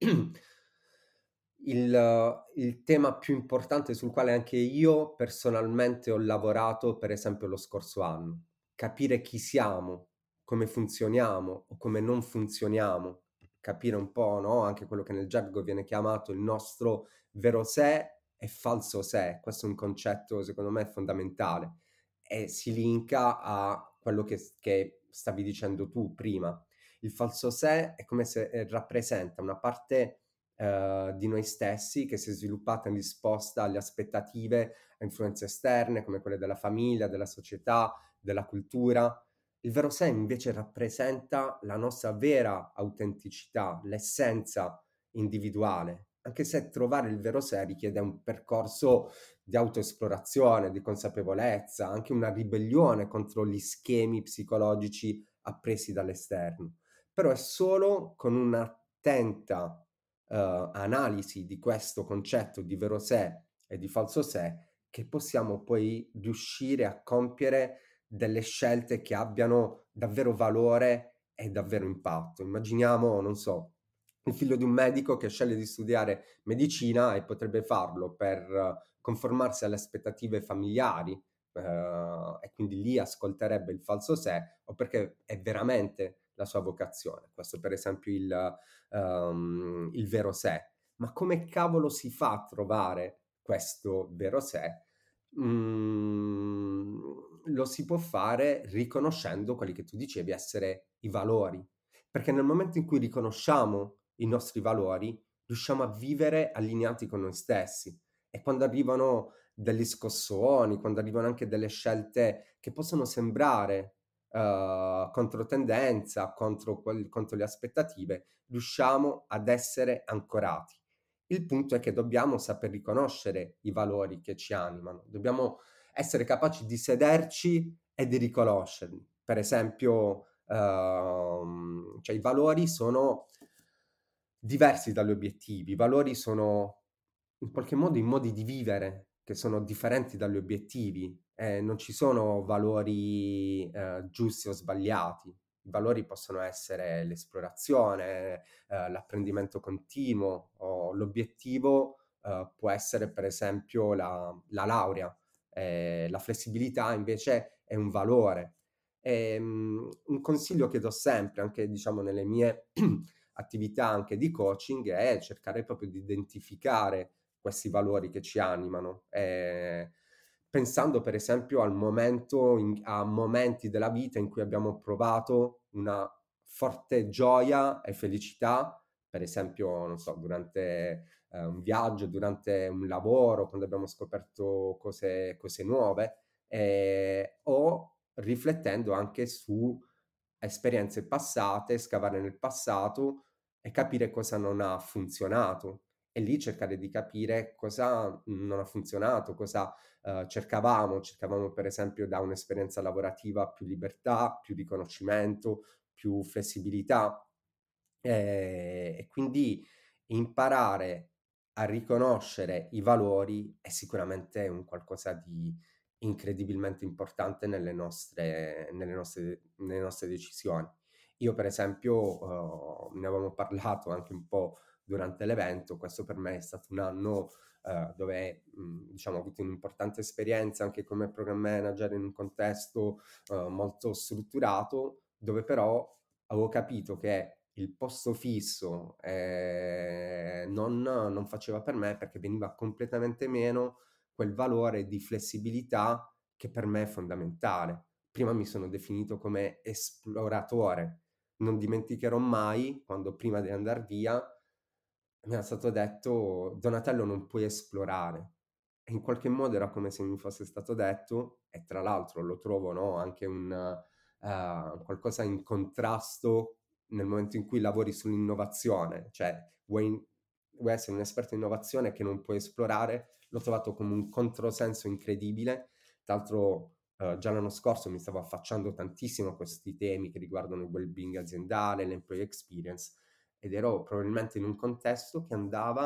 il tema più importante sul quale anche io personalmente ho lavorato, per esempio, lo scorso anno. Capire chi siamo, come funzioniamo o come non funzioniamo, capire un po', no? Anche quello che nel gergo viene chiamato il nostro vero sé e falso sé. Questo è un concetto, secondo me, fondamentale e si linka a quello che stavi dicendo tu prima. Il falso sé è come se rappresenta una parte di noi stessi che si è sviluppata in risposta alle aspettative, a influenze esterne come quelle della famiglia, della società, della cultura. Il vero sé invece rappresenta la nostra vera autenticità, l'essenza individuale, anche se trovare il vero sé richiede un percorso di autoesplorazione, di consapevolezza, anche una ribellione contro gli schemi psicologici appresi dall'esterno. Però è solo con un'attenta analisi di questo concetto di vero sé e di falso sé che possiamo poi riuscire a compiere delle scelte che abbiano davvero valore e davvero impatto. Immaginiamo, non so, il figlio di un medico che sceglie di studiare medicina e potrebbe farlo per conformarsi alle aspettative familiari e quindi lì ascolterebbe il falso sé o perché è veramente la sua vocazione. Questo per esempio il vero sé. Ma come cavolo si fa a trovare questo vero sé? Lo si può fare riconoscendo quelli che tu dicevi essere i valori, perché nel momento in cui riconosciamo i nostri valori, riusciamo a vivere allineati con noi stessi E quando arrivano degli scossoni, quando arrivano anche delle scelte che possono sembrare controtendenza, contro le aspettative, riusciamo ad essere ancorati. Il punto è che dobbiamo saper riconoscere i valori che ci animano, dobbiamo essere capaci di sederci e di riconoscerli. Per esempio, cioè i valori sono diversi dagli obiettivi, i valori sono in qualche modo i modi di vivere che sono differenti dagli obiettivi, non ci sono valori giusti o sbagliati. I valori possono essere l'esplorazione, l'apprendimento continuo, o l'obiettivo può essere per esempio la laurea. La flessibilità invece è un valore. Un consiglio che do sempre, anche diciamo nelle mie attività anche di coaching, è cercare proprio di identificare questi valori che ci animano, pensando per esempio a momenti della vita in cui abbiamo provato una forte gioia e felicità, per esempio, non so, durante un viaggio, durante un lavoro, quando abbiamo scoperto cose nuove, o riflettendo anche su esperienze passate, scavare nel passato e capire cosa non ha funzionato e lì cercare di capire cosa non ha funzionato, cosa cercavamo per esempio da un'esperienza lavorativa più libertà, più riconoscimento, più flessibilità e quindi imparare a riconoscere i valori è sicuramente un qualcosa di incredibilmente importante nelle nostre decisioni. Io per esempio, ne avevamo parlato anche un po' durante l'evento, questo per me è stato un anno dove diciamo, ho avuto un'importante esperienza anche come program manager in un contesto molto strutturato, dove però avevo capito che il posto fisso non faceva per me perché veniva completamente meno quel valore di flessibilità che per me è fondamentale. Prima mi sono definito come esploratore. Non dimenticherò mai quando prima di andare via mi era stato detto: Donatello, non puoi esplorare. E in qualche modo era come se mi fosse stato detto, e tra l'altro lo trovo, no, anche qualcosa in contrasto nel momento in cui lavori sull'innovazione, cioè vuoi essere un esperto in innovazione che non puoi esplorare, l'ho trovato come un controsenso incredibile. Tra l'altro già l'anno scorso mi stavo affacciando tantissimo a questi temi che riguardano il well-being aziendale, l'employee experience, ed ero probabilmente in un contesto che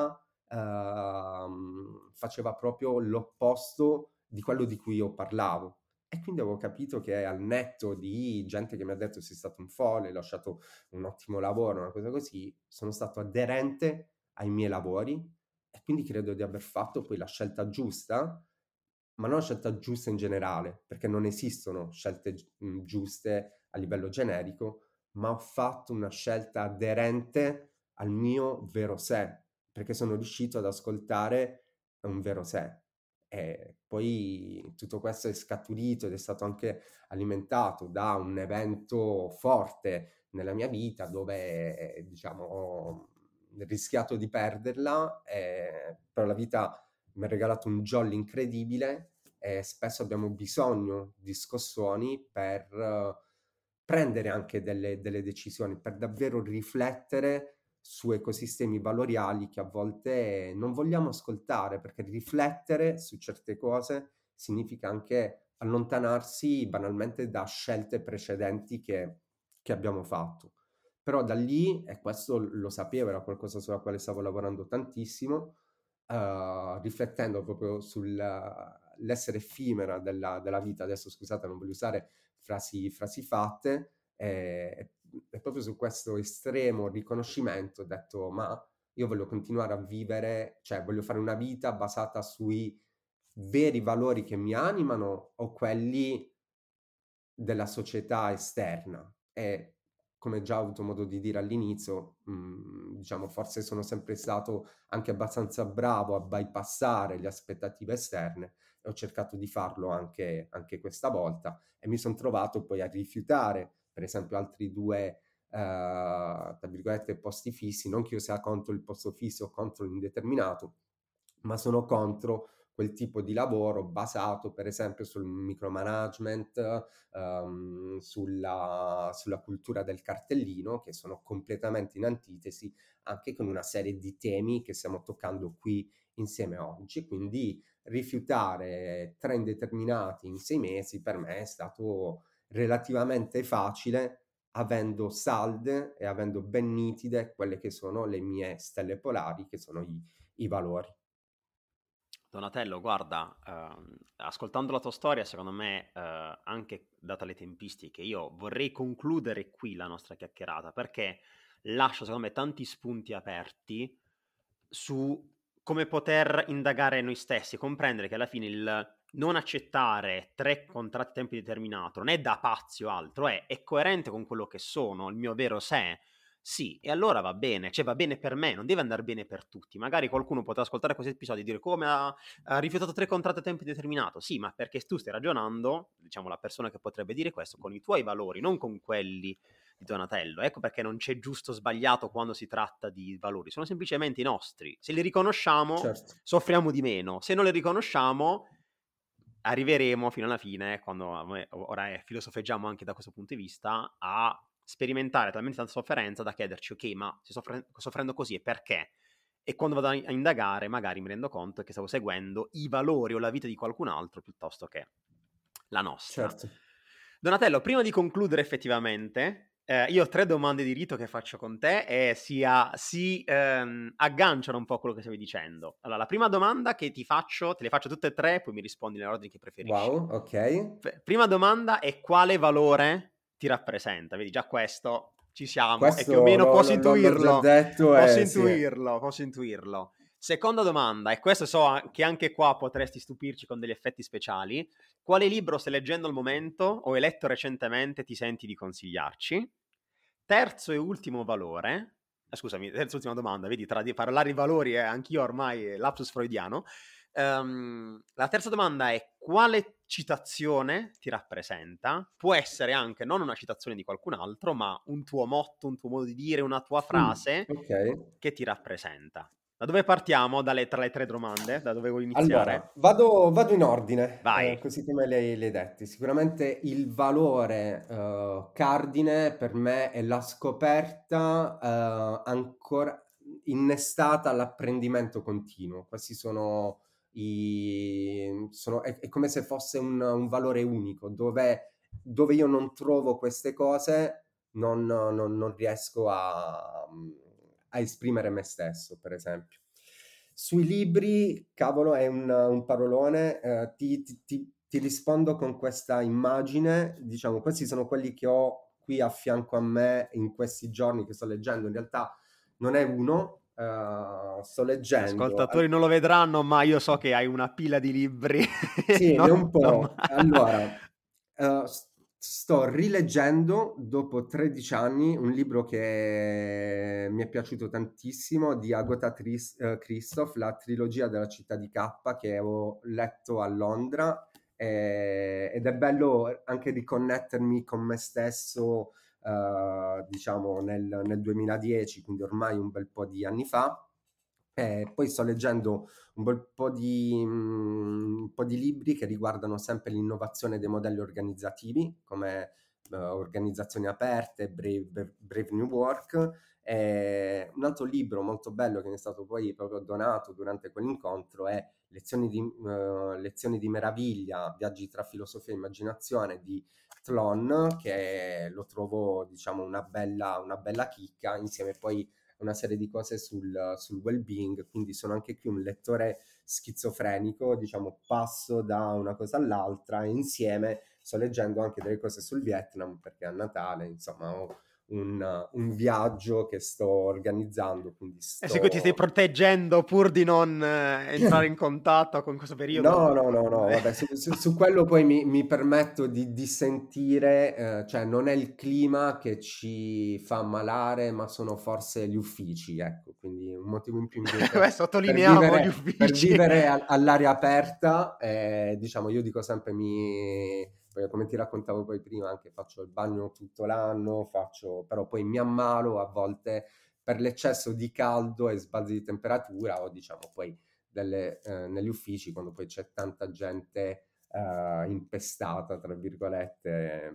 faceva proprio l'opposto di quello di cui io parlavo. E quindi avevo capito che al netto di gente che mi ha detto sei stato un folle, hai lasciato un ottimo lavoro, una cosa così, sono stato aderente ai miei lavori e quindi credo di aver fatto poi la scelta giusta, ma non la scelta giusta in generale, perché non esistono scelte giuste a livello generico, ma ho fatto una scelta aderente al mio vero sé, perché sono riuscito ad ascoltare un vero sé. E poi tutto questo è scaturito ed è stato anche alimentato da un evento forte nella mia vita dove, diciamo, ho rischiato di perderla, però la vita mi ha regalato un jolly incredibile e spesso abbiamo bisogno di scossoni per prendere anche delle decisioni, per davvero riflettere su ecosistemi valoriali che a volte non vogliamo ascoltare, perché riflettere su certe cose significa anche allontanarsi banalmente da scelte precedenti che abbiamo fatto. Però da lì, e questo lo sapevo, era qualcosa sulla quale stavo lavorando tantissimo, riflettendo proprio sull'essere effimera della vita. Adesso scusate, non voglio usare frasi fatte, e proprio su questo estremo riconoscimento ho detto, ma io voglio continuare a vivere, cioè voglio fare una vita basata sui veri valori che mi animano o quelli della società esterna. E come già ho avuto modo di dire all'inizio, diciamo forse sono sempre stato anche abbastanza bravo a bypassare le aspettative esterne e ho cercato di farlo anche questa volta e mi son trovato poi a rifiutare, per esempio, altri 2 tra virgolette "posti fissi", non che io sia contro il posto fisso o contro l'indeterminato, ma sono contro quel tipo di lavoro basato per esempio sul micromanagement, sulla cultura del cartellino, che sono completamente in antitesi anche con una serie di temi che stiamo toccando qui insieme oggi. Quindi rifiutare trend determinati in 6 mesi per me è stato relativamente facile, avendo salde e avendo ben nitide quelle che sono le mie stelle polari, che sono i valori. Donatello, guarda, ascoltando la tua storia, secondo me, anche data le tempistiche, io vorrei concludere qui la nostra chiacchierata perché lascia, secondo me, tanti spunti aperti su come poter indagare noi stessi, comprendere che alla fine il non accettare 3 contratti a tempo determinato non è da pazzi o altro, è coerente con quello che sono, il mio vero sé. Sì, e allora va bene, cioè va bene per me, non deve andar bene per tutti. Magari qualcuno potrà ascoltare questi episodi e dire come ha rifiutato 3 contratti a tempo determinato. Sì, ma perché tu stai ragionando, diciamo la persona che potrebbe dire questo, con i tuoi valori, non con quelli di Donatello. Ecco perché non c'è giusto o sbagliato quando si tratta di valori, sono semplicemente i nostri. Se li riconosciamo, Certo. soffriamo di meno. Se non li riconosciamo, arriveremo fino alla fine, quando ora filosofeggiamo anche da questo punto di vista, a sperimentare talmente tanta sofferenza da chiederci, ok, ma se soffrendo così e perché? E quando vado a indagare, magari mi rendo conto che stavo seguendo i valori o la vita di qualcun altro piuttosto che la nostra. Certo. Donatello, prima di concludere effettivamente, io ho 3 domande di rito che faccio con te e si agganciano un po' a quello che stavi dicendo. Allora, la prima domanda che ti faccio, te le faccio tutte e 3, poi mi rispondi nell'ordine che preferisci. Wow, ok. Prima domanda è quale valore ti rappresenta? Vedi, già questo ci siamo e più o Questo meno posso l'ho già intuirlo. detto Posso e sì. intuirlo. Seconda domanda, e questo so che anche qua potresti stupirci con degli effetti speciali. Quale libro stai leggendo al momento o hai letto recentemente ti senti di consigliarci? Terzo e ultimo valore, scusami, terza e ultima domanda, vedi, tra di parlare di valori anch'io ormai lapsus freudiano. La terza domanda è quale citazione ti rappresenta? Può essere anche non una citazione di qualcun altro, ma un tuo motto, un tuo modo di dire, una tua frase Ok. che ti rappresenta. Da dove partiamo? Tra le 3 domande? Da dove vuoi iniziare? Allora, vado in ordine, Vai. così come le hai detti. Sicuramente il valore cardine per me è la scoperta ancora innestata all'apprendimento continuo. Questi è come se fosse un valore unico, dove io non trovo queste cose, non riesco a esprimere me stesso, per esempio. Sui libri, cavolo, è un parolone. Ti rispondo con questa immagine. Diciamo, questi sono quelli che ho qui a fianco a me in questi giorni che sto leggendo. In realtà non è uno, sto Gli leggendo. ascoltatori non lo vedranno, ma io so che hai una pila di libri. Sì, ne ho un Non po'. Allora, sto rileggendo dopo 13 anni un libro che mi è piaciuto tantissimo di Agatha Christoph, la trilogia della città di K, che ho letto a Londra, ed è bello anche riconnettermi con me stesso, diciamo nel 2010, quindi ormai un bel po' di anni fa. Poi sto leggendo un bel un po' di libri che riguardano sempre l'innovazione dei modelli organizzativi, come organizzazioni aperte, Brave New Work. Un altro libro molto bello che mi è stato poi proprio donato durante quell'incontro è Lezioni di meraviglia, viaggi tra filosofia e immaginazione di Tlon, che lo trovo, diciamo, una bella chicca, insieme poi una serie di cose sul well-being, quindi sono anche qui un lettore schizofrenico, diciamo, passo da una cosa all'altra e insieme sto leggendo anche delle cose sul Vietnam, perché a Natale, insomma, ho un viaggio che sto organizzando, quindi E su cui ti stai proteggendo pur di non entrare in contatto con questo periodo. No, vabbè, su quello poi mi permetto di sentire, cioè non è il clima che ci fa ammalare, ma sono forse gli uffici, ecco, quindi un motivo in più Beh, invece sottolineiamo gli per uffici. vivere all'aria aperta, diciamo, io dico sempre, come ti raccontavo poi prima, anche faccio il bagno tutto l'anno, però poi mi ammalo a volte per l'eccesso di caldo e sbalzi di temperatura o diciamo poi negli uffici, quando poi c'è tanta gente impestata, tra virgolette.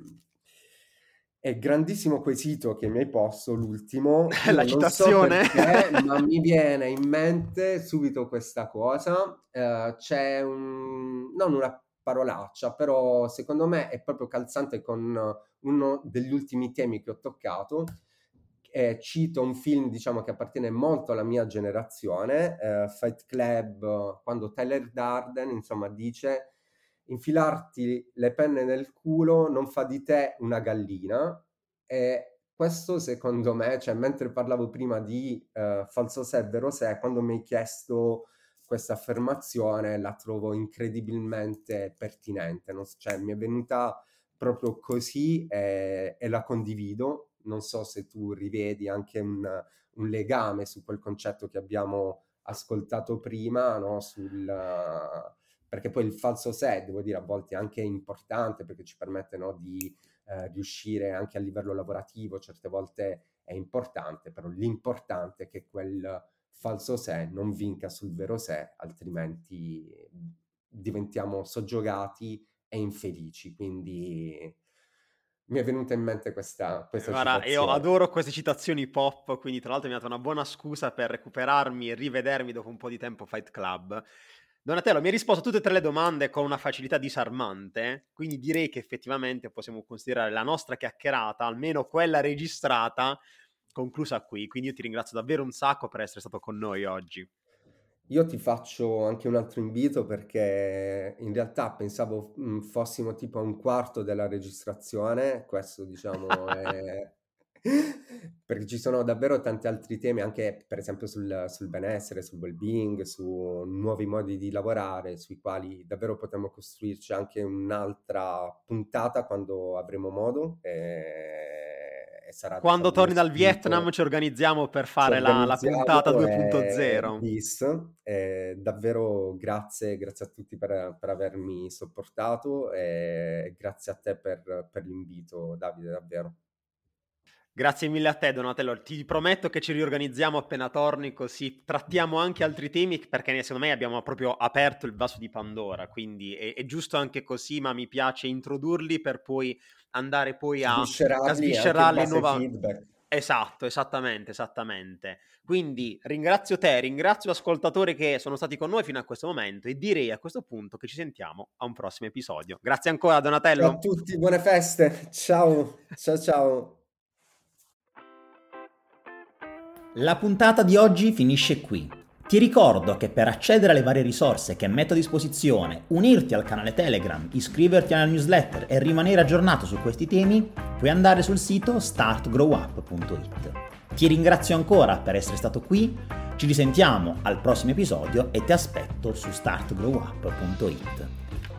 È grandissimo quesito che mi hai posto, l'ultimo. Io La citazione. Non so perché, ma mi viene in mente subito questa cosa. C'è non una parolaccia, però secondo me è proprio calzante con uno degli ultimi temi che ho toccato. Cito un film, diciamo, che appartiene molto alla mia generazione, Fight Club, quando Tyler Durden, insomma, dice: infilarti le penne nel culo non fa di te una gallina. E questo, secondo me, cioè, mentre parlavo prima di falso sé, vero sé, quando mi hai chiesto questa affermazione la trovo incredibilmente pertinente, cioè, mi è venuta proprio così e la condivido. Non so se tu rivedi anche un legame su quel concetto che abbiamo ascoltato prima, no? Perché poi il falso sé, devo dire, a volte è anche importante, perché ci permette, no, di riuscire anche a livello lavorativo, certe volte è importante, però l'importante è che quel falso sé non vinca sul vero sé, altrimenti diventiamo soggiogati e infelici. Quindi mi è venuta in mente questa Guarda, io citazione. adoro queste citazioni pop, quindi tra l'altro mi ha dato una buona scusa per recuperarmi e rivedermi dopo un po' di tempo Fight Club. Donatello mi ha risposto a tutte e tre le domande con una facilità disarmante, quindi direi che effettivamente possiamo considerare la nostra chiacchierata, almeno quella registrata, conclusa qui. Quindi io ti ringrazio davvero un sacco per essere stato con noi oggi. Io ti faccio anche un altro invito, perché in realtà pensavo fossimo tipo a un quarto della registrazione. Questo, diciamo, è perché ci sono davvero tanti altri temi, anche per esempio sul benessere, sul well-being, su nuovi modi di lavorare, sui quali davvero potremmo costruirci anche un'altra puntata quando avremo modo, e sarà, Quando diciamo, uno torni dal spunto. Vietnam ci organizziamo per Ci fare la puntata organizziamo 2.0. bis. Davvero grazie a tutti per avermi sopportato, e grazie a te per l'invito, Davide, davvero. Grazie mille a te, Donatello. Ti prometto che ci riorganizziamo appena torni, così trattiamo anche altri temi, perché secondo me abbiamo proprio aperto il vaso di Pandora, quindi è giusto anche così, ma mi piace introdurli per poi andare poi a Sviscerarli anche in sviscerarli base ai nuova. feedback. Esatto, esattamente. Quindi ringrazio te, ringrazio gli ascoltatori che sono stati con noi fino a questo momento e direi a questo punto che ci sentiamo a un prossimo episodio. Grazie ancora, Donatello. Ciao a tutti, buone feste. Ciao, ciao ciao. La puntata di oggi finisce qui. Ti ricordo che per accedere alle varie risorse che metto a disposizione, unirti al canale Telegram, iscriverti alla newsletter e rimanere aggiornato su questi temi, puoi andare sul sito startgrowup.it. Ti ringrazio ancora per essere stato qui, ci risentiamo al prossimo episodio e ti aspetto su startgrowup.it.